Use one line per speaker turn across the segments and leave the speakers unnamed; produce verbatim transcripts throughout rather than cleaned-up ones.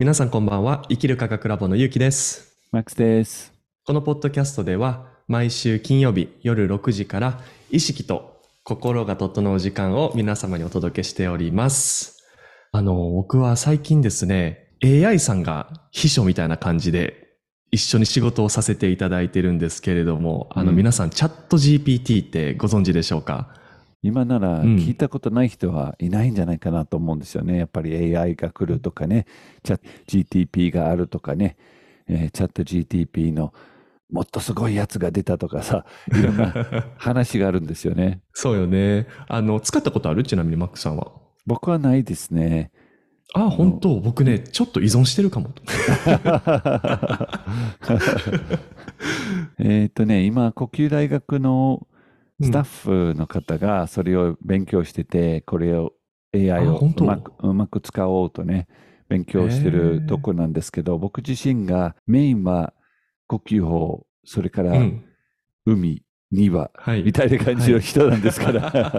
皆さんこんばんは。生きる科学ラボのゆうきです。
マックスです。
このポッドキャストでは毎週金曜日夜ろくじから意識と心が整う時間を皆様にお届けしております。あの、僕は最近ですね、エーアイ さんが秘書みたいな感じで一緒に仕事をさせていただいてるんですけれども、あの、
うん
皆さんチャット ジーピーティー ってご存知でしょうか？
今なら
うん
聞いたことない人はいないんじゃないかなと思うんですよね。やっぱり エーアイ が来るとかね、チャット ジーティーピー があるとかね、えーチャット ジーティーピー のもっとすごいやつが出たとかさ、いろんな話があるんですよね。
そうよね。あの、使ったことある？ちなみにマックさんは。
僕はないですね。
ああ、
あの、
本当僕ね、ちょっと依存してるかもと。
えっとね、今、呼吸大学のスタッ
うん。
フの方がそれを勉強してて、これを エーアイ
あ、
を
本
うまく、
当。
うまく使おうとね、勉
へ
強してると
え。
こなんですけど、僕自身がメインは呼吸法、それから
うん。
海、庭、
はい。
みたいな感
はい。
じの人なんですから。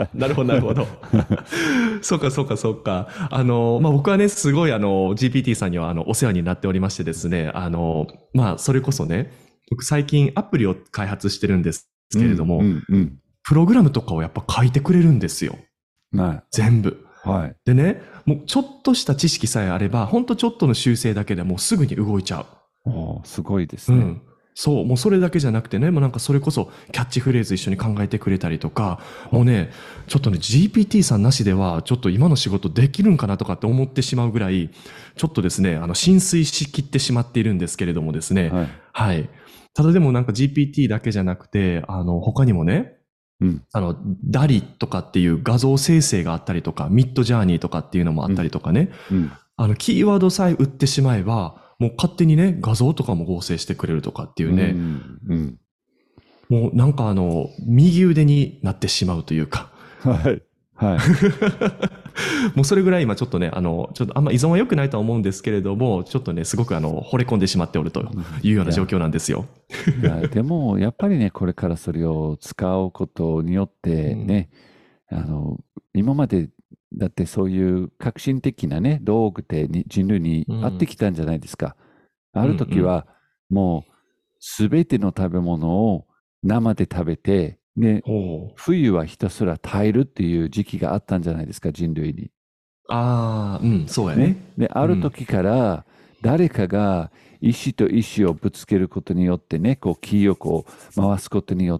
なるほど、なるほど。そうか、そうか、そうか。あの、まあ、僕はね、すごい、あの、ジーピーティー さんには、あの、お世話になっておりましてですね、あの、まあ、それこそね、僕最近アプリを開発してるんです
うん、う
けれども、
ん、うん。
プログラムとかをやっぱ書いてくれるんですよ。
は
全部。
い。はい。
でね、もうちょっとした知識さえあれば、ほんとちょっとの修正だけでもうすぐに動いちゃう。
おー、すごいですね。
うん。そう、もうそれだけじゃなくてね、もうなんかそれこそキャッチフレーズ一緒に考えてくれたりとか、もうね、ちょっとね、ジーピーティー さんなしでは、ちょっと今の仕事できるんかなとかって思ってしまうぐらい、ちょっとですね、あの、浸水しきってしまっているんですけれどもですね、
はい。
はい。ただでもなんか ジーピーティー だけじゃなくて、あの、他にもね、
うん、
あの、ダリとかっていう画像生成があったりとか、ミッドジャーニーとかっていうのもあった
うん、
りとかね、
うん。
あの、キーワードさえ打ってしまえば、もう勝手にね、画像とかも合成してくれるとかってい
う
うね、
ん、うん。
もうなんかあの、右腕になってしまうというか、
はい。はい。
もうそれぐらい今ちょっとね、あの、ちょっとあんま依存は良くないとは思うんですけれども、ちょっとね、すごくあの、惚れ込んでしまっておるというよう
いや、
な状況なんですよ。
いや、でも、やっぱりね、これからそれを使うことによっ
うん。
てね、あの、今までだってそういう革新的なね、道具ってに人類にあって
うん。
きたんじゃないですか。あ
うんう
る時
ん。
は、もう、すべての食べ物を生で食べて、ね、
ほう。
冬はひたすら耐えるっていう時期があったんじゃないですか、人類に。
ああ、うん、そうや
ね。
ね。
で、あ
うん。
る時から誰かが石と石をぶつけることによってね、こう木をこう回すことによって、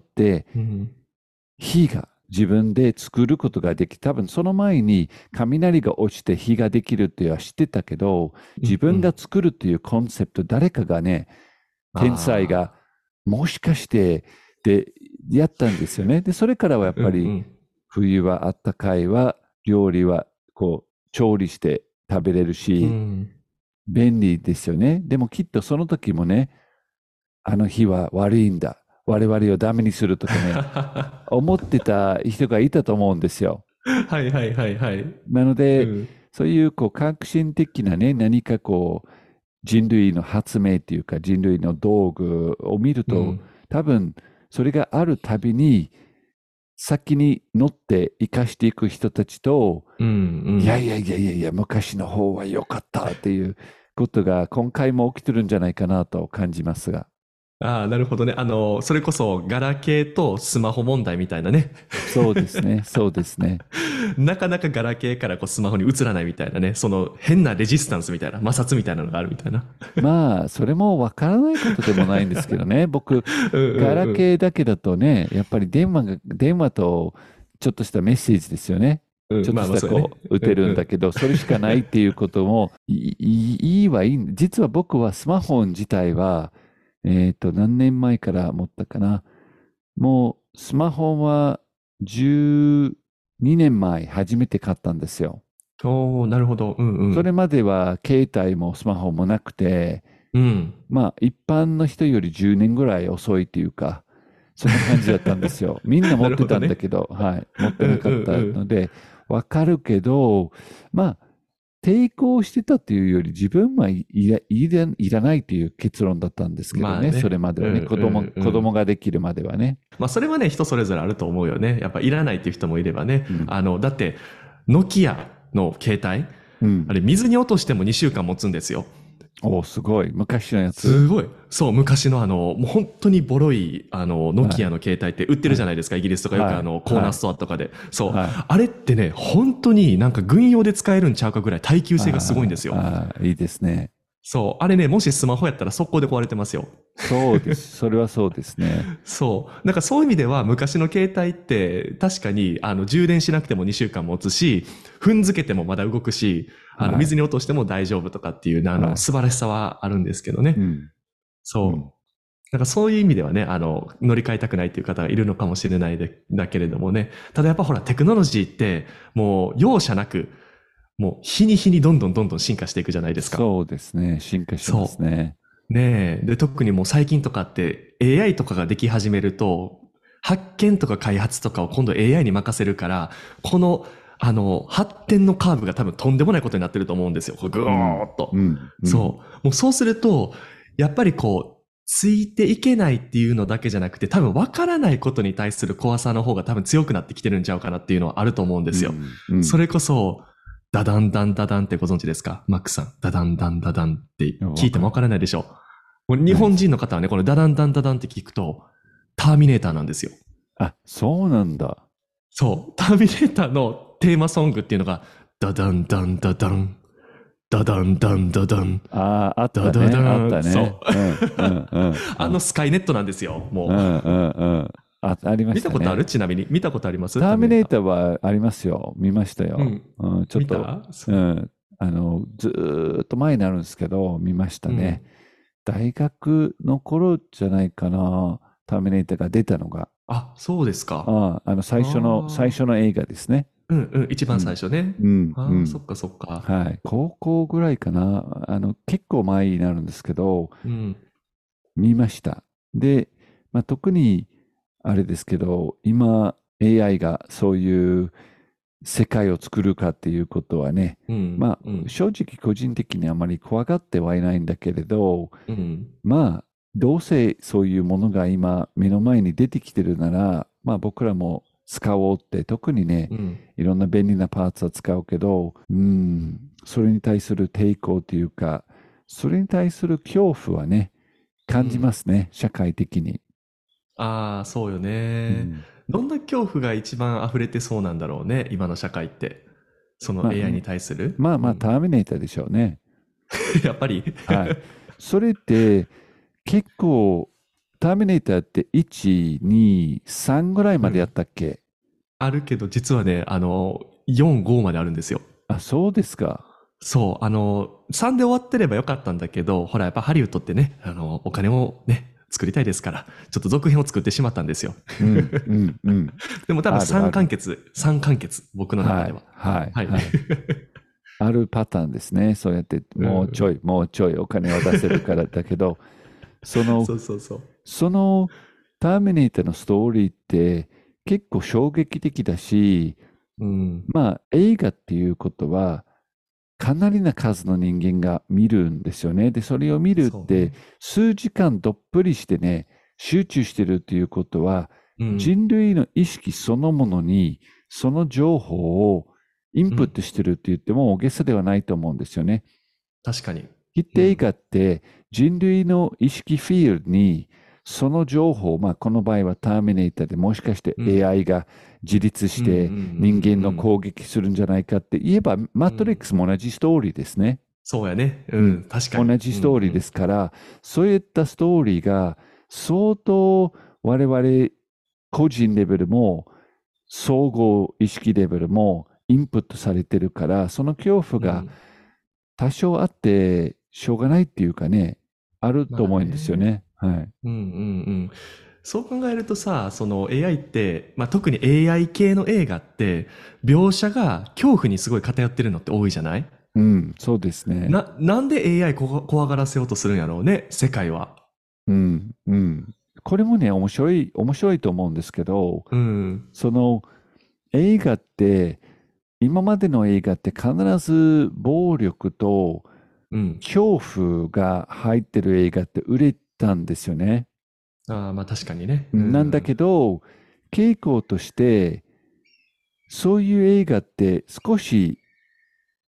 うん。
火が自分で作ることができ、多分その前に雷が落ちて火ができるっていうのは知ってたけど、自
うんうん。
分が作るっていうコンセプト、誰かがね、天才が
ああ。
もしかしてでやったんですよね。で、それからはやっ
うんう
ぱり
ん。
冬はあったかいは料理はこう調理して食べれる
う
し、
ん。
便利ですよね。でもきっとその時もね、あの日は悪いんだ。我々をダメにするとかね、思ってた人がいたと思うんですよ。
はいはいはいはい。
なので、
うん。
そういうこう革新的なね、何かこう人類の発明っていうか人類の道具を見ると、
うん。
多分それがあるたびに先に乗って生かしていく人たちと、
うんう
いや
ん。
いやいやいやいや、昔の方は良かったっていうことが今回も起きてるんじゃないかなと感じますが。
ああ、なるほどね。あの、それこそ、ガラケーとスマホ問題みたいなね。
そうですね、そうですね。
なかなかガラケーからこうスマホに移らないみたいなね。その変なレジスタンスみたいな、摩擦みたいなのがあるみたいな。
まあ、それもわからないことでもないんですけどね。僕、
うんう
ガラ
んうん。
ケーだけだとね、やっぱり電話が、電話とちょっとしたメッセージですよね。
うん、
ちょっとした
まあまあそうやね。
こう、打て
うんうん。
るんだけど、それしかないっていうことも、いい、いいはいいん。実は僕はスマホ自体は、えっと、何年前から持ったかな。もう、スマホはじゅうにねんまえ初めて買ったんですよ。
おー、なるほど。うんうん。
それまでは携帯もスマホもなくて、
うん。
まあ、一般の人よりじゅうねんぐらい遅いというか、そんな感じだったんですよ。みんな持って
なるほどね。
たんだけど、はい、持って
うんう
なかった
ん
ので、わかるけど、まあ、抵抗してたというより、自分はいいらいらいらないという結論だったんです
うん。
けどね、それ
まあね。
まではね、
うんう
子供、子供
んうん。
ができるまではね。
まあそれはね、人それぞれあると思うよね。やっぱいらないっていう人もいればね。
うん。
あの、だって、ノキアの携帯、
うん。
あれ水に落としてもにしゅうかん持つんですよ。
おー、すごい。昔のやつ。
すごい。そう、昔のあの、もう本当にボロい、あの、ノ
はい。
キアの携帯って売ってる
はい。
じゃないですか、イギリスとかよく
はい。
あの、コーナース
はい。
トアとかで。そう。
はい。
あれってね、本当になんか軍用で使えるんちゃうかぐらい耐久性がすごいんで
ああ、
すよ。
ああ、いいですね。
そう。あれね、もしスマホやったら速攻で壊れてますよ。
そうです。それはそうですね。
そう。なんかそういう意味では昔の携帯って確かにあの充電しなくてもにしゅうかん持つし、踏んづけてもまだ動くし、あの
はい。
水に落としても大丈夫とかっていうあの
は
素晴らしさはあるんですけど
い。う
ね。
ん。うん。
そう。なんかそういう意味ではね、あの乗り換えたくないっていう方がいるのかもしれないでだけれどもね。ただやっぱほらテクノロジーってもう容赦なく、もう日に日にどんどんどんどん進化していくじゃないですか。
そうですね。進化してます
そ
ね。
う。ねえ。で、特にもう最近とかって エーアイ とかができ始めると、発見とか開発とかを今度 エーアイ に任せるから、この、あの、発展のカーブが多分とんでもないことになってると思うんですよ。こうぐー
うん。
っと。
うん。うん。
そう。もうそうすると、やっぱりこう、ついていけないっていうのだけじゃなくて、多分分からないことに対する怖さの方が多分強くなってきてるんちゃうかなっていうのはあると思うんですよ。
うん。うん。
それこそ、ダダンダンダダンってご存知ですか？マックさん。ダダンダンダダンって聞いても分
わか
からないでしょう。もう日本
ないです。
人の方はね、このダダンダンダダンって聞くと、ターミネーターなんですよ。
あ、そうなんだ。
そう。ターミネーターのテーマソングっていうのが、ダダンダンダダン、ダダンダンダダン、
ああ、あっ
ダダダ
たね。あっ
ン。
たね。
そう。
うん。うん。うん。う
あの
ん。
スカイネットなんですよ、も
うん。うん。うん。あ、ありま
う。見たことある
したね。
ちなみに。見たことあります
ターミ
ターミネーター。
ネーターはありますよ。見ましたよ。
うん。
うん、ちょっ
見
と、
たそう。
うん、あの、ずーっと前になるんですけど、見ましたね。
うん。
大学の頃じゃないかな、ターミネーターが出たのが。
あ、そうですか。
ああ、あの、最初の、最
ああ。
初の映画ですね。
うんうん。一番最
うん。
初ね。
うん、う
ああ、そ
ん。
っかそっか。
はい。高校ぐらいかな。あの、結構前になるんですけど、
うん。
見ました。で、まあ、特に、あれですけど、今、エーアイ がそういう世界を作るかっていうことはね、
うん。
まあ、
うん。
正直個人的にあまり怖がってはいないんだけれど、
うん。
まあ、どうせそういうものが今目の前に出てきてるなら、まあ僕らも使おうって、特にね、
うん。
いろんな便利なパーツは使うけど、うん、それに対する抵抗というか、それに対する恐怖はね、感じ
うん。
ますね、社会的に。
ああ、そうよね。
うん、
どんな恐怖が一番溢れてそうなんだろうね、今の社会って。その
まあ、
エーアイ に対する。
まあまあ、タ
うん。
ーミネーターでしょうね。
やっぱり
はい。それって結構、ターミネーターっていち、に、さんぐらいまでやっ
うん。
たっけ？
あるけど、実はね、あの、よん、ごまであるんですよ。
あ、そうですか。
そう、あの、さんで終わってればよかったんだけど、ほら、やっぱハリウッドってね、あの、お金をね、作りたいですから、ちょっと続編を作ってしまったんですよ。
うん、うん、うん。
でも多分
あるあ
さん完
る。
結、さん完結、僕の中
はい、
では。
はい、
はい。
はい。あるパターンですね。そうやって、
うん。
もうちょい、もうちょいお金を出せるからだけど、その、
そうそうそう。
そのターミネーターのストーリーって結構衝撃的だし、
うん。
まあ映画っていうことはかなりな数の人間が見るんですよね。で、それを見るって
そうね。
数時間どっぷりしてね、集中してるっていうことは
うん。
人類の意識そのものにその情報をイン
うん。
プットしてるって言っても大げさではないと思うんですよね。
確かに。
ヒット
うん。
映画って人類の意識フィールドにその情報、まあこの場合はターミネーターでもしかして
うん。
エーアイ が自立し
うん。うん。う
て人間の
ん。
攻撃するんじゃないかって言えば、マ
うん。うん。
トリックスも同じストーリーですね。
そうやね。う
うん。
ん。確か
同
に。うん。
じストーリーで
うん。
すから、そういったストーリーが相当我々個人レベルも総合意識レベルもインプットされてるから、その恐怖が
うん。
多少あってしょうがないっていうかね、あると
まあ
思うんですよ
ね。
ね。はい。
うんうんうん。そう考えるとさ、その エーアイ って、まあ、特に エーアイ 系の映画って、描写が恐怖にすごい偏ってるのって多いじゃない？
うん、そうですね。
な、なんで エーアイ こわ怖がらせようとするんやろうね、世界は。
うん、うん。これもね、面白い、面白いと思うんですけど、
うん。
その映画って、今までの映画って必ず暴力と
うん。
恐怖が入ってる映画って売れたんですよね。
ああ、まあ確かにね。う
なんだ
ん。
けど、傾向として、そういう映画って少し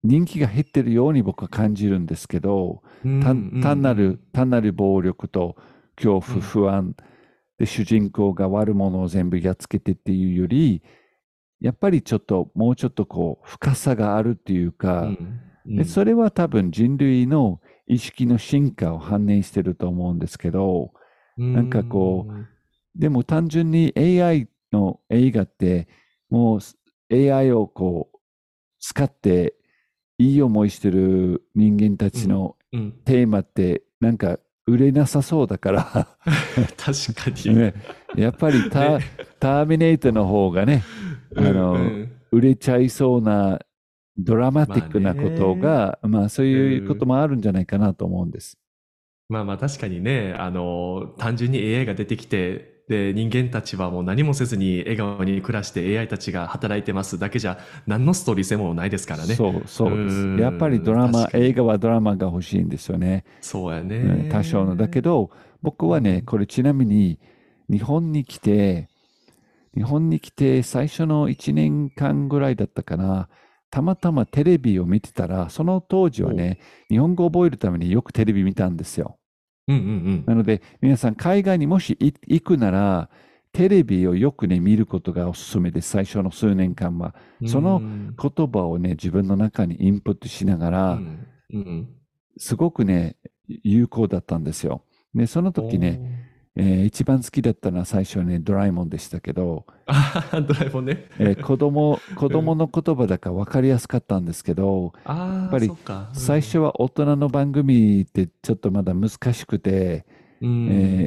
人気が減ってるように僕は感じるんですけど、
うん
単単なる、単なる暴力と恐怖、
うん
不安で、主人公が悪者を全部やっつけてっていうより、やっぱりちょっと、もうちょっとこう、深さがあるっていう
う
か、
んう
で、
ん
それは多分人類の意識の進化を反映してると思うんですけど、
う
なんかこ
ん
う、でも単純に エーアイ の映画って、もう エーアイ をこう、使っていい思いしてる人間た
うん
ちの
うん
テーマって、なんか売れなさそうだから
確かに。
ね、やっぱりタ、
ね。
ターミネーターの方がね、
うんう
あの、
ん。
売れちゃいそうなドラマティ
まあ
ックなこと
ね。
が、まあそう
う
いうこと
ん。
もあるんじゃないかなと思うんです。
まあまあ確かにね、あの、単純に エーアイ が出てきて、で、人間たちはもう何もせずに笑顔に暮らして エーアイ たちが働いてますだけじゃ何のストーリー性もないですからね。
そう、
う
そうです。やっぱり
ーん、
ドラマ、
確かに。
映画はドラマが欲しいんですよね。
そうや
うん多少の。だけ
ね。
ど、僕はね、
うん。
これちなみに日本に来て、日本に来て最初のいちねんかんぐらいだったかな。たまたまテレビを見てたら、その当時は
おう。
ね、日本語を覚えるためによくテレビ見たんですよ。
うんうん
なので、皆さん海外にもしい行くなら、テレビをよくね、見ることがおすすめです。最初の数年間は。
うん。う
その
ん。
言葉をね、自分の中にインプットしながら、
うん。うん。
すごくね、有効だったんですよ。で、その
お
時ね、
ー。
えー一番好きだったのは最初はね、ドラえもんでしたけど、
ああ、ドラえもんね。
えー子供、子
うん。
供の言葉だから分かりやすかったんですけど、やっ
ああ、
ぱり
そっか。うん。
最初は大人の番組ってちょっとまだ難しくて、
うん。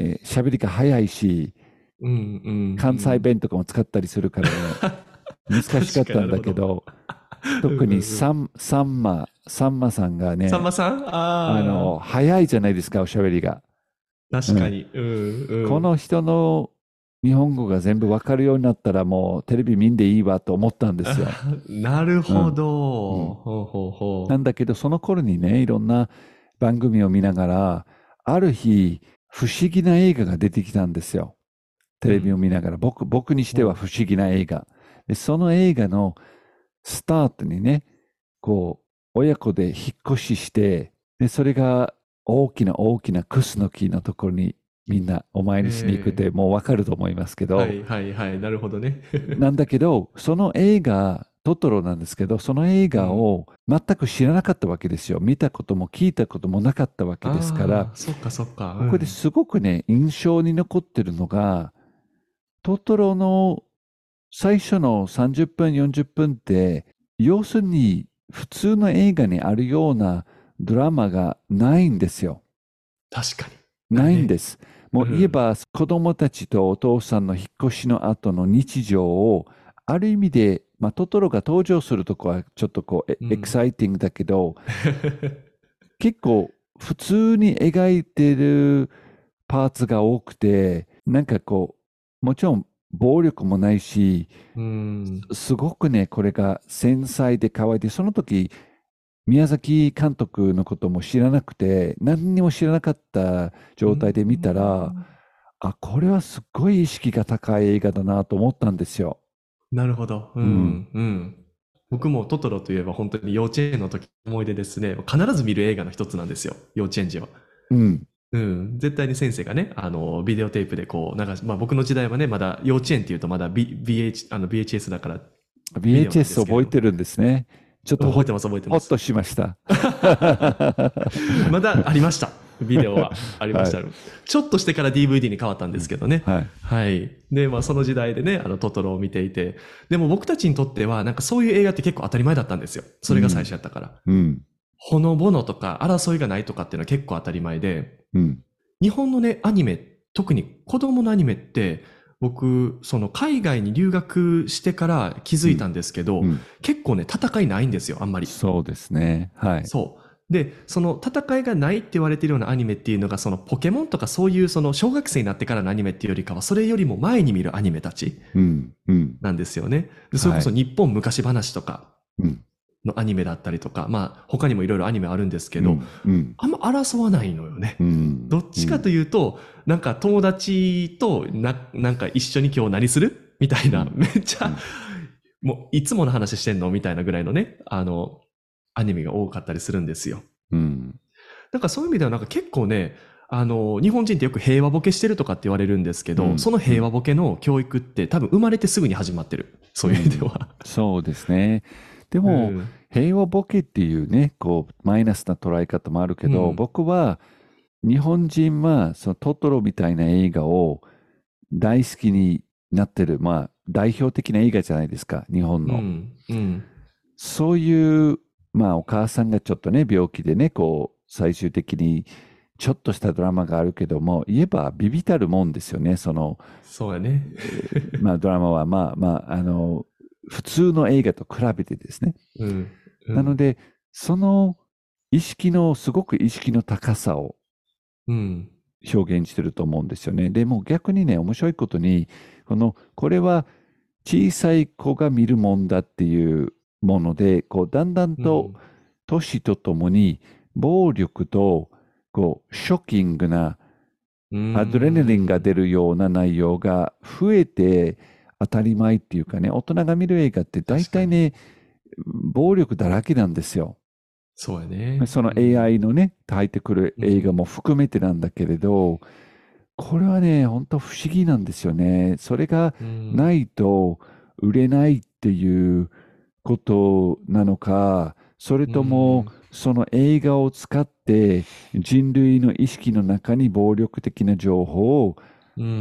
えー喋りが早いし、
うん、うん、う
関西
ん。
弁とかも使ったりするからね、難しか
確かに
ったん
なるほど。
だけど、
うんうん
特に
うん。
サン、サンマ、サンマさんがね、
さんまさん
あの、
ああ
早いじゃないですか、おしゃべりが。
ー、
うん。
確かに。うん、うん。
この人の日本語が全部わかるようになったらもうテレビ見んでいいわと思ったんですよ。
あなるほ
うん。うん。
ど。ほうほうほ
なんだけど、その頃にね、いろんな番組を見ながら、ある日、不思議な映画が出てきたんですよ。テ
う。う
レビを
ん。
見ながら、僕、僕にしては
ほ
不思議な映画。で、その映画のスタートにね、こう、親子で引っ越しして、で、それが大きな大きなクスノキのところにみんなお参
う。
りしに行くっ
え
てもうわかると思いますけ
ー、は
ど、
いはいはい。なるほどね。
なんだけど、その映画、トトロなんですけど、その映
うん。
画を全く知らなかったわけですよ。見たことも聞いたこともなかったわけですから、
ああ、そっかそっか。う
ここで
ん。
すごくね、印象に残ってるのが、トトロの最初のさんじゅっぷん、よんじゅっぷんって、要するに普通の映画にあるようなドラマがないんですよ。
確かに。な
ないんで
いね。
す。もう言え
うん。
ば子供たちとお父さんの引っ越しの後の日常を、ある意味で、まあ、トトロが登場するとこはちょっとこうエ、エキ
うん。
サイティングだけど、結構普通に描いてるパーツが多くて、なんかこう、もちろん暴力もないし、
うん。
すごくね、これが繊細で可愛いで、その時、宮崎監督のことも知らなくて、何にも知らなかった
う
状態で見たら、
ん。
あ、これはすっごい意識が高い映画だなと思ったんですよ。
なるほど。う
うん。
ん、うん。僕もトトロといえば本当に幼稚園の時思い出ですね。必ず見る映画の一つなんですよ。幼稚園児は。
うん。
うん。絶対に先生がね、あの、ビデオテープでこう流し、まあ僕の時代はね、まだ幼稚園っていうとまだ、B、BH、あの ビーエイチエス だからビデオなんで
ブイエイチエス
すけれども。
覚えてるんですね。ちょっとほっ、
覚えてます、覚えてます。
ほっとしました。
まだありました。ビデオはありま
はい。
した。ちょっとしてから ディーブイディー に変わったんですけどね。
はい。
はい。で、まあその時代でね、あのトトロを見ていて。でも僕たちにとっては、なんかそういう映画って結構当たり前だったんですよ。それが最
うん。
初やったから。
うん。
ほのぼのとか争いがないとかっていうのは結構当たり前で、
うん。
日本のね、アニメ、特に子供のアニメって、僕、その海外に留学してから気づいた
うん。
んですけど、
うん。
結構ね、戦いないんですよ、あんまり。
そうですね。はい。
そう。で、その戦いがないって言われているようなアニメっていうのが、そのポケモンとかそういうその小学生になってからのアニメっていうよりかは、それよりも前に見るアニメたち
うん。うん。
なんですよね。で、それこ
はい。
そ日本昔話とか
うん。
のアニメだったりとか、まあ他にもいろいろアニメあるんですけど、
うん。うん。
あんま争わないのよね。
うん。
どっちかというと、なんか友達とな、なんか一緒に今日何するみたいな、
うん。
めっちゃ、
うん。
もういつもの話してんのみたいなぐらいのね、あの、 アニメが多かったりするんですよ。
うん。
なんかそういう意味ではなんか結構ね、あの、日本人ってよく平和ボケしてるとかって言われるんですけど、
うん
その平和ボケの教育って多分生まれてすぐに始まってる。そういう意味では。
そうですね。で
う
も、
ん。
平和ボケっていうね、こう、マイナスな捉え方もあるけど、
うん。
僕は、日本人は、そのトトロみたいな映画を大好きになってる、まあ、代表的な映画じゃないですか、日本の。
うん。うん。
そういう、まあ、お母さんがちょっとね、病気でね、こう、最終的にちょっとしたドラマがあるけども、言えばビビたるもんですよね、その、
そうやね。
まあ、ドラマは、まあ、まあ、あの、普通の映画と比べてですね。
うん。うん。
なので、その意識の、すごく意識の高さを
うん。
表現してると思うんですよね。でも逆にね、面白いことに、この、これは小さい子が見るもんだっていうもので、こう、だんだんと
うん。
年とともに、暴力と、こう、ショッキングな
う
アドレナリンが
ん。
出るような内容が増えて当たり前っていうかね、大人が見る映画って大
確かに。
体ね、暴力だらけなんですよ。
そうやね。
その
うん。
エーアイ のね、入ってくる映画
うん。
も含めてなんだけれど、これはね、本当不思議なんですよね。それが
うん。
ないと売れないっていうことなのか、それ
う
とも
ん。
その映画を使って人類の意識の中に暴力的な情報を
うん。うん。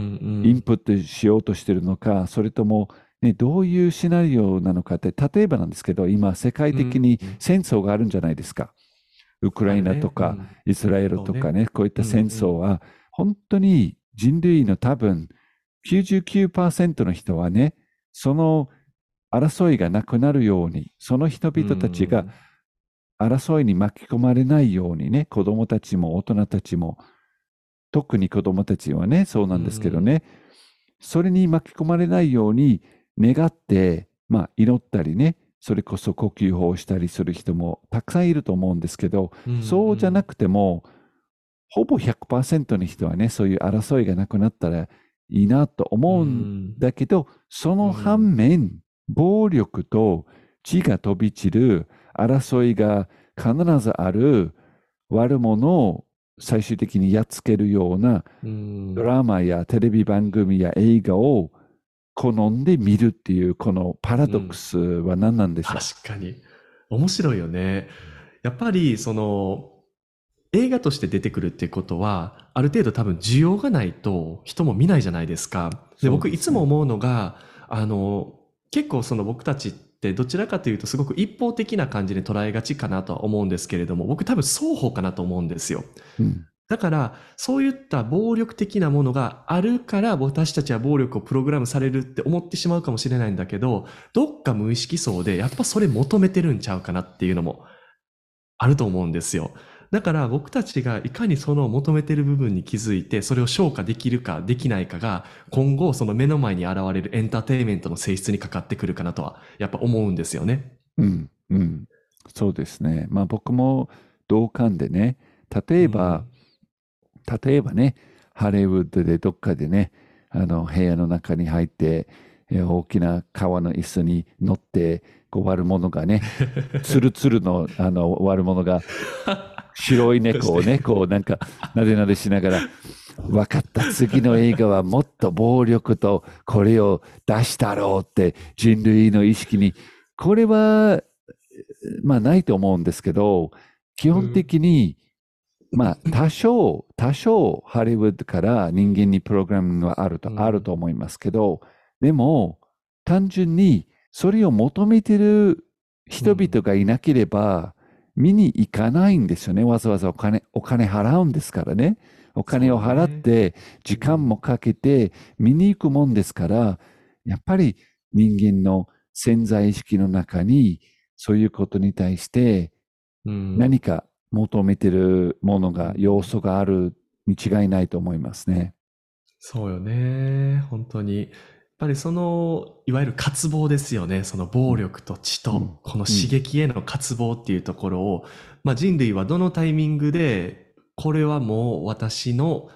インプットしようとしてるのか、それとも、ね、どういうシナリオなのかって、例えばなんですけど、今世界
うん。
的に戦争があるんじゃないですか。ウクライ
あるね。う
ナとか
ん。
イスラエル
そうね。
とかね、こういっ
うん。
た戦
うん。
争は、本当に人類の多分きゅうじゅうきゅうパーセントの人はね、その争いがなくなるように、その人
う
々たちが
ん。
争いに巻き込まれないようにね、子供たちも大人たちも、特に子供たちはね、そう
う
なんですけど
ん。
ね、それに巻き込まれないように願って、まあ祈ったりね、それこそ呼吸法をしたりする人もたくさんいると思うんですけど、
うん。うん。
そうじゃなくても、ほぼひゃくパーセントの人はね、そういう争いがなくなったらいいなと
う
思うん
ん。
だけど、その
うん。
反面、暴力と血が飛び散る争いが必ずある悪者を最終的にやっつけるような
うん。
ドラマやテレビ番組や映画を好んで見るっていうこのパラドック
うん。
スは何なんでしょ
確かに。面白いよね。やっぱり、その、映画として出てくるってことは、ある程度多分需要がないと人も見ないじゃないですか。
う。
で、
そう
僕
ですね。
いつも思うのが、あの、結構その僕たちってどちらかというとすごく一方的な感じで捉えがちかなとは思うんですけれども、僕多分双方かなと思うんですよ。
うん。
だから、そういった暴力的なものがあるから私たちは暴力をプログラムされるって思ってしまうかもしれないんだけど、どっか無意識層でやっぱそれ求めてるんちゃうかなっていうのもあると思うんですよ。だから僕たちがいかにその求めてる部分に気づいて、それを消化できるかできないかが、今後その目の前に現れるエンターテインメントの性質にかかってくるかなとは、やっぱ思うんですよね。
うん。うん。そうですね。まあ僕も同感でね、例えば、
うん。
例えばね、ハリウッドでどっかでね、あの部屋の中に入って、えー大きな革の椅子に乗って、こう悪者がね、ツルツルのあの悪者が白い
そして、
猫をね、こうなんか、なでなでしながら、分かった、次の映画はもっと暴力とこれを出したろうって人類の意識に、これは、まあないと思うんですけど、基本
うん。
的に、まあ多少、多少ハリウッドから人間にプログラミングはあると、ある
うん。
と思いますけど、でも、単純にそれを求めてる人
うん。
々がいなければ、見に行かないんですよね。わざわざお金、お金払うんですからね。お
そう
金を払っ
よね。
て、時間
うん。
もかけて見に行くもんですから、やっぱり人間の潜在意識の中に、そういうことに対して
うん。
何か求めてるものが、要
うん。
素があるに違いないと思いますね。
そうよね。本当に。やっぱりその、いわゆる渇望ですよね。その暴
うん、
力と知
うん、
と、この刺
うん、
激への渇望っていうところを、まあ人類はどのタイミングで、これはもう私の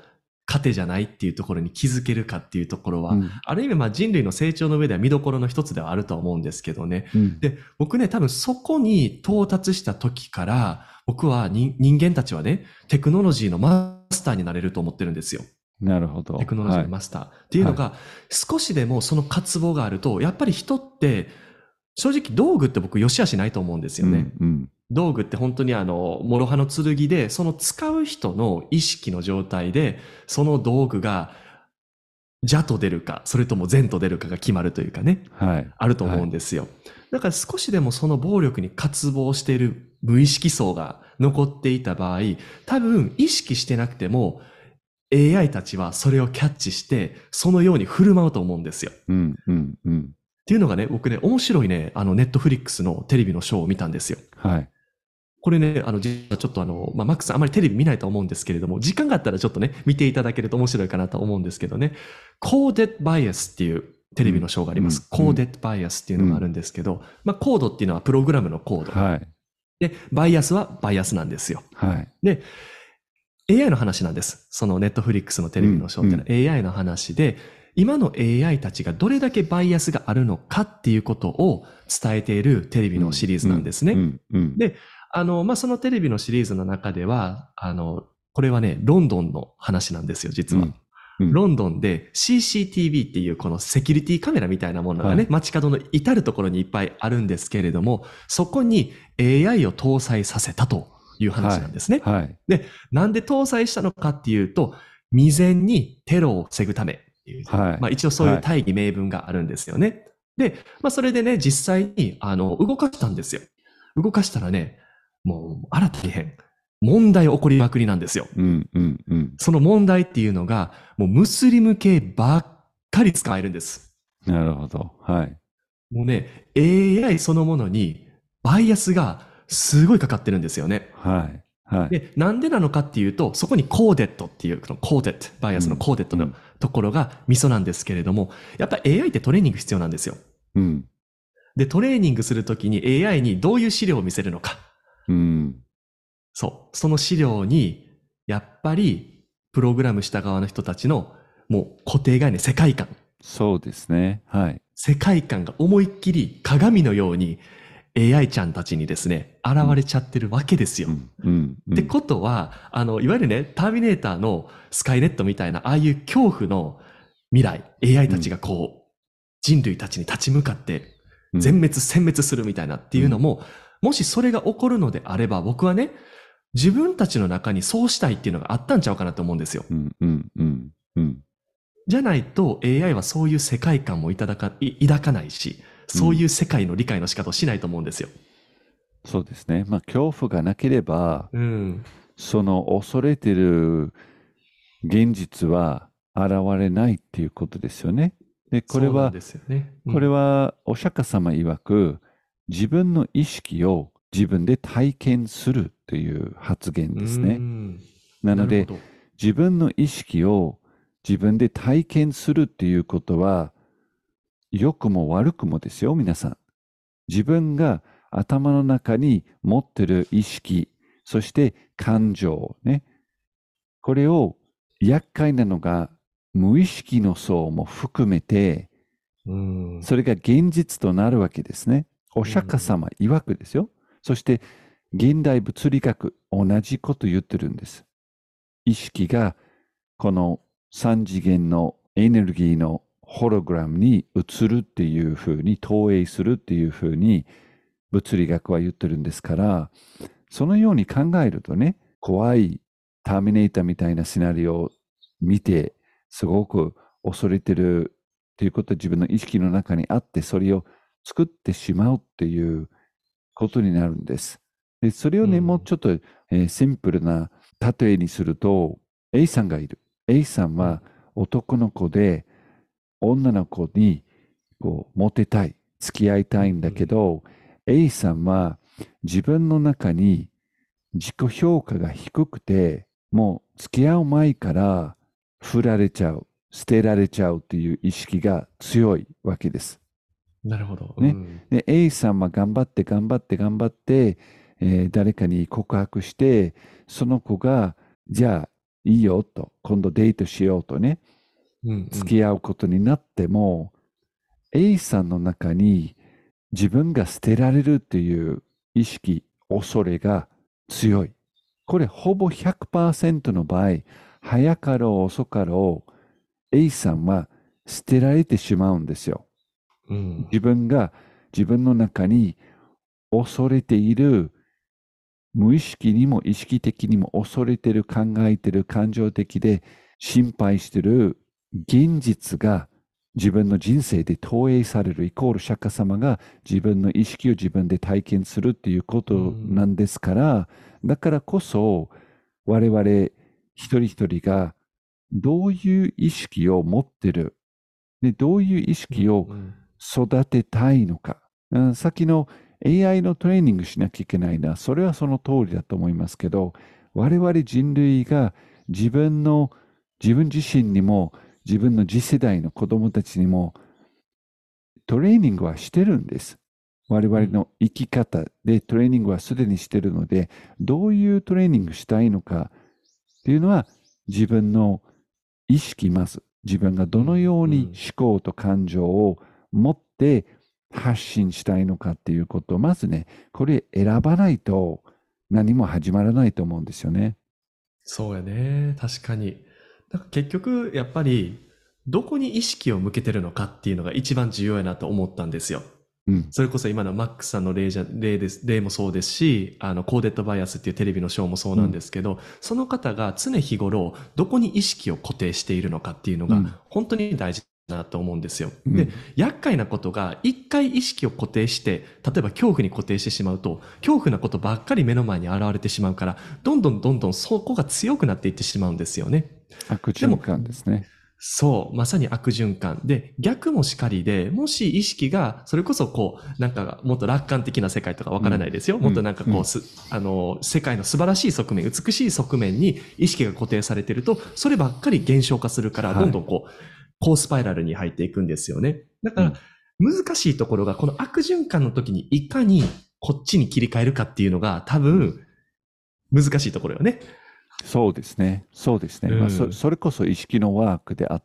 糧じゃないっていうところに気づけるかっていうところは、
うん、
ある意味まあ人類の成長の上では見どころの一つではあるとは思うんですけどね。
うん、
で、僕ね、多分そこに到達した時から、僕は人人間たちはね、テクノロジーのマスターになれると思ってるんですよ。
なるほど。
テクノロジー
はい。
のマスター。っていうのが、少しでもその渇望があると、やっぱり人って、正直道具って僕良し悪しないと思うんですよね。
うん、うん、
道具って本当にあの、諸刃の剣で、その使う人の意識の状態で、その道具が邪と出るか、それとも善と出るかが決まるというかね、
はい。
あると思
はい。
うんですよ。だから少しでもその暴力に渇望している無意識層が残っていた場合、多分意識してなくても エーアイ たちはそれをキャッチして、そのように振る舞うと思うんですよ。っ
うん、うん、うん。
ていうのがね、僕ね、面白いね、あの、ネットフリックスのテレビのショーを見たんですよ。
はい。
これね、あの、実はちょっとあの、まあ、マックスさんあまりテレビ見ないと思うんですけれども、時間があったらちょっとね、見ていただけると面白いかなと思うんですけどね、Coded Bias っていうテレビの
うん、うん、
ショーがあります。
うん、
Coded Bias っていう
うん。
のがあるんですけど、まあ、コードっていうのはプログラムのコード。
はい。
で、バイアスはバイアスなんですよ。
はい。
で、エーアイ の話なんです。そのネットフリックスのテレビの
うん、
ショーってのは
うん。
エーアイ の話で、今の エーアイ たちがどれだけバイアスがあるのかっていうことを伝えているテレビ
うん、
のシリーズ
うん、
なんですね。
うん、うん。
で、あの、まあ、そのテレビのシリーズの中では、あの、これはね、ロンドンの話なんですよ、実は。
うん、うん。
ロンドンで シーシーティーブイ っていうこのセキュリティカメラみたいなものがね、
はい。
街角の至るところにいっぱいあるんですけれども、そこに エーアイ を搭載させたという
はい。
話なんですね。
はい。
で、なんで搭載したのかっていうと、未然にテロを防ぐためっていう、
はい。
まあ一応そういう
はい。
大義名分があるんですよね。で、まあそれでね、実際に、あの、動かしたんですよ。動かしたらね、もう、あら大変。問題起こりまくりなんですよ。
うん、うん、うん。
その問題っていうのが、もうムスリム系ばっかり使えるんです。
なるほど。はい。
もうね、エーアイ そのものにバイアスがすごいかかってるんですよね。
はい。はい。
で、なんでなのかっていうと、そこにコーデットっていう、このコーデット、バイアスの
うん、
コーデットの
うん、
ところがミソなんですけれども、やっぱ エーアイ ってトレーニング必要なんですよ。
うん、
で、トレーニングするときに エーアイ にどういう資料を見せるのか。
うん。
そう。その資料に、やっぱり、プログラムした側の人たちの、もう固定概念、世界観。
そうですね。はい。
世界観が思いっきり鏡のように エーアイ ちゃんたちにですね、現
うん、
れちゃってるわけですよ。
うん、うん、う
って
ん。
ことは、あの、いわゆるね、ターミネーターのスカイネットみたいな、ああいう恐怖の未来、エーアイ たちがこう、人類たちに立ち向かって
うん、
全滅、殲滅するみたいなっていうのも、もしそれが起こるのであれば、僕はね、自分たちの中にそうしたいっていうのがあったんちゃうかなと思うんですよ。
うん、うん、うん、うん。
じゃないと エーアイ はそういう世界観もいただか、い抱かないし、そういう世界の理解の仕方をしないと思うんですよ。
そうですね。まあ、恐怖がなければ、
うん。
その恐れてる現実は現れないっていうことですよね。で、これは、
そうなんですよね。う
これ
ん。
はお釈迦様曰く、自分の意識を自分で体験するという発言
うー
ですね。
ん。
なので、
なるほど。
自分の意識を自分で体験するっていうことは、良くも悪くもですよ、皆さん。自分が頭の中に持ってる意識、そして感情ね。これを厄介なのが無意識の層も含めて、
うーん。
それが現実となるわけですね。お
うん。
釈迦様曰くですよ。そして現代物理学同じこと言ってるんです。意識がこの三次元のエネルギーのホログラムに移るっていうふうに投影するっていうふうに物理学は言ってるんですから、そのように考えるとね、怖いターミネーターみたいなシナリオを見て、すごく恐れてるっていうことは自分の意識の中にあって、それを作ってしまうっていうことになるんです。で、それをね、もう
うん。
ちょっと、えーシンプルな例えにすると、A さんがいる。A さん
うん。
は男の子で、女の子にこうモテたい、付き合いたいんだけど、A さんは自分の中に自己評価が低くて、もう付き合う前から振られちゃう、捨てられちゃうという意識が強いわけです。
なるほど。う
ね。
ん。
で、A さんは頑張って頑張って頑張って、えー誰かに告白して、その子が、じゃあいいよと、今度デートしようとね、
うんうん
付き合うことになっても、A さんの中に自分が捨てられるという意識、恐れが強い。これほぼひゃくパーセントの場合、早かろう遅かろう、A さんは捨てられてしまうんですよ。
うん
自分が自分の中に恐れている、無意識にも意識的にも恐れている、考えている、感情的で心配している現実が自分の人生で投影されるイコール釈迦様が自分の意識を自分で体験するっていうことなんですから、だからこそ我々一人一人がどういう意識を持ってる、でどういう意識を
うん
育てたいのか。うん、さっきの エーアイ のトレーニングしなきゃいけないな。それはその通りだと思いますけど、我々人類が自分の、自分自身にも、自分の次世代の子供たちにもトレーニングはしてるんです。我々の生き方でトレーニングはすでにしてるので、どういうトレーニングしたいのかっていうのは自分の意識まず、自分がどのように思考と感情を持って発信したいのかっていうことをまずね、これ選ばないと何も始まらないと思うんですよね。
そうやね。確かに。だから結局、やっぱり、どこに意識を向けてるのかっていうのが一番重要やなと思ったんですよ。
うん。
それこそ今のマックスさんの例じゃ、例です、例もそうですし、あの、コーデットバイアスっていうテレビのショーもそうなんですけど、その方が常日頃、どこに意識を固定しているのかっていうの
うん
が、本当に大事だなと思うんですよ。
うん
で、厄介なことが、一回意識を固定して、例えば恐怖に固定してしまうと、恐怖なことばっかり目の前に現れてしまうから、どんどんどんどんそこが強くなっていってしまうんですよね。
悪循
でも、
環ですね。
そう、まさに悪循環。で、逆もしかりで、もし意識が、それこそこう、なんか、もっと楽観的な世界とかわからないですよ。
うん
もっとなんかこう、
うん
す、あの、世界の素晴らしい側面、美しい側面に意識が固定されてると、そればっかり減少化するから、
はい
どんどんこう、高スパイラルに入っていくんですよね。だから、
うん
難しいところが、この悪循環の時にいかにこっちに切り替えるかっていうのが、多分、難しいところよね。
そうですね。そうですね。
うん
まあ、そ、それこそ意識のワークであって、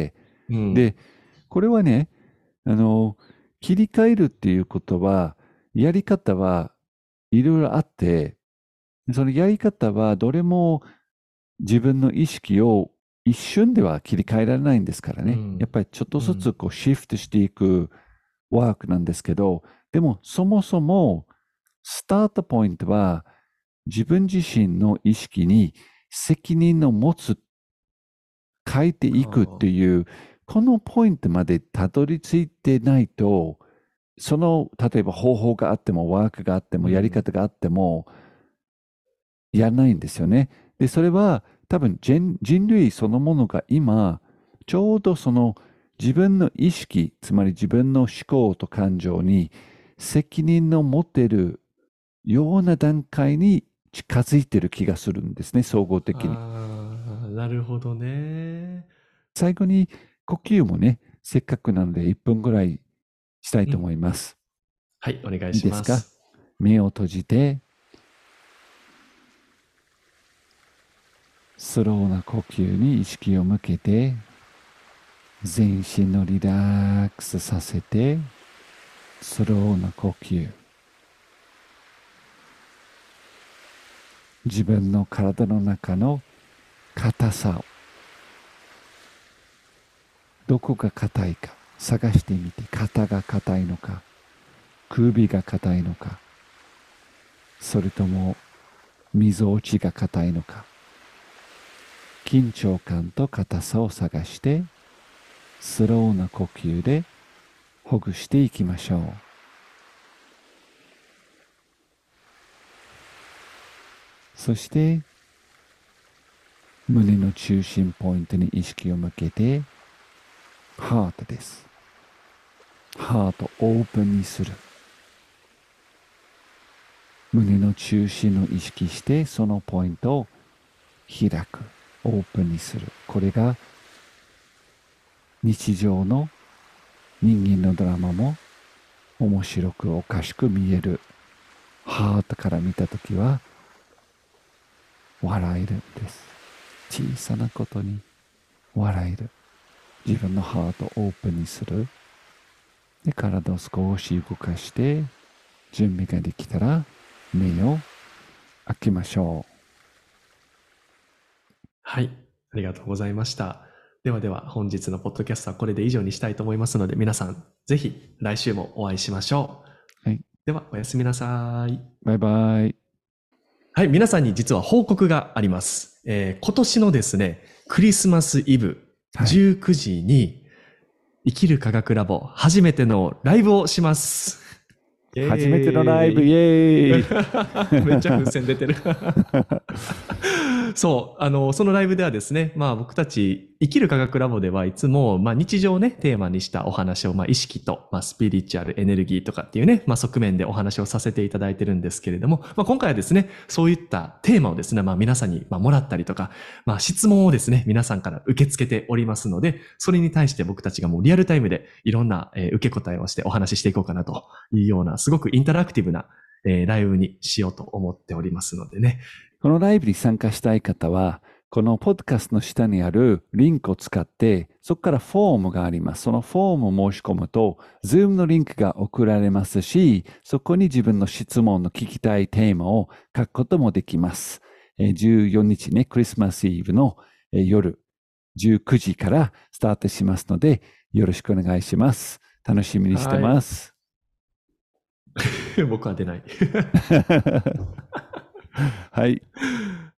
うん。
で、これはね、あの、切り替えるっていうことは、やり方はいろいろあって、そのやり方はどれも自分の意識を一瞬では切り替えられないんですからね。
うん
やっぱりちょっとずつこうシフトしていくワークなんですけど、でもそもそもスタートポイントは自分自身の意識に責任を持つ、変えていくっていう、このポイントまでたどり着いてないと、その、例えば方法があっても、ワークがあっても、
うん
やり方があっても、やらないんですよね。で、それは多分人人類そのものが今、ちょうどその自分の意識、つまり自分の思考と感情に責任を持てるような段階に近づいてる気がするんですね、総合的に。
ああ、なるほどね。
最後に呼吸もね、せっかくなのでいっぷんぐらいしたいと思います。
はい、お願い
いいですか？
します。
目を閉じて、スローな呼吸に意識を向けて、全身のリラックスさせて、スローな呼吸。自分の体の中の硬さを、どこが硬いか探してみて、肩が硬いのか、首が硬いのか、それともみぞおちが硬いのか、緊張感と硬さを探して、スローな呼吸でほぐしていきましょう。そして、胸の中心ポイントに意識を向けて、ハートです。ハートをオープンにする。胸の中心を意識して、そのポイントを開く。オープンにする。これが日常の人間のドラマも面白くおかしく見える。ハートから見たときは笑えるんです。 小さなことに笑える。自分のハートをオープンにする。で、体を少し動かして、準備ができたら目を開けましょ
はい。ありがとうございました。ではでは、本日のポッドキャストはこれで以上にしたいと思いますので、皆さん、ぜひ来週もお会いしましょう。
はい。
では、おやすみなさい。
バイバイ。
はい、皆さんに実は報告があります。えー今年のですね、クリスマスイブ
はい
じゅうくじに、生きる科学ラボ初めてのライブをします。
初めてのライブ、イ
イエ
ェーイ
ーイめっちゃ風船出てる。そう、あの、そのライブではですね、まあ僕たち、生きる科学ラボではいつも、まあ日常をね、テーマにしたお話を、まあ意識と、まあスピリチュアル、エネルギーとかっていうね、まあ側面でお話をさせていただいてるんですけれども、まあ今回はですね、そういったテーマをですね、まあ皆さんに、まあ、もらったりとか、まあ質問をですね、皆さんから受け付けておりますので、それに対して僕たちがもうリアルタイムでいろんな、えー受け答えをしてお話ししていこうかなというような、すごくインタラクティブな、えーライブにしようと思っておりますのでね、
このライブに参加したい方は、このポッドキャストの下にあるリンクを使って、そこからフォームがあります。そのフォームを申し込むと、Zoom のリンクが送られますし、そこに自分の質問の聞きたいテーマを書くこともできます。えーじゅうよっかね、クリスマスイブのえー夜じゅうくじからスタートしますので、よろしくお願いします。楽しみにしてます。
僕は出ない。
はい。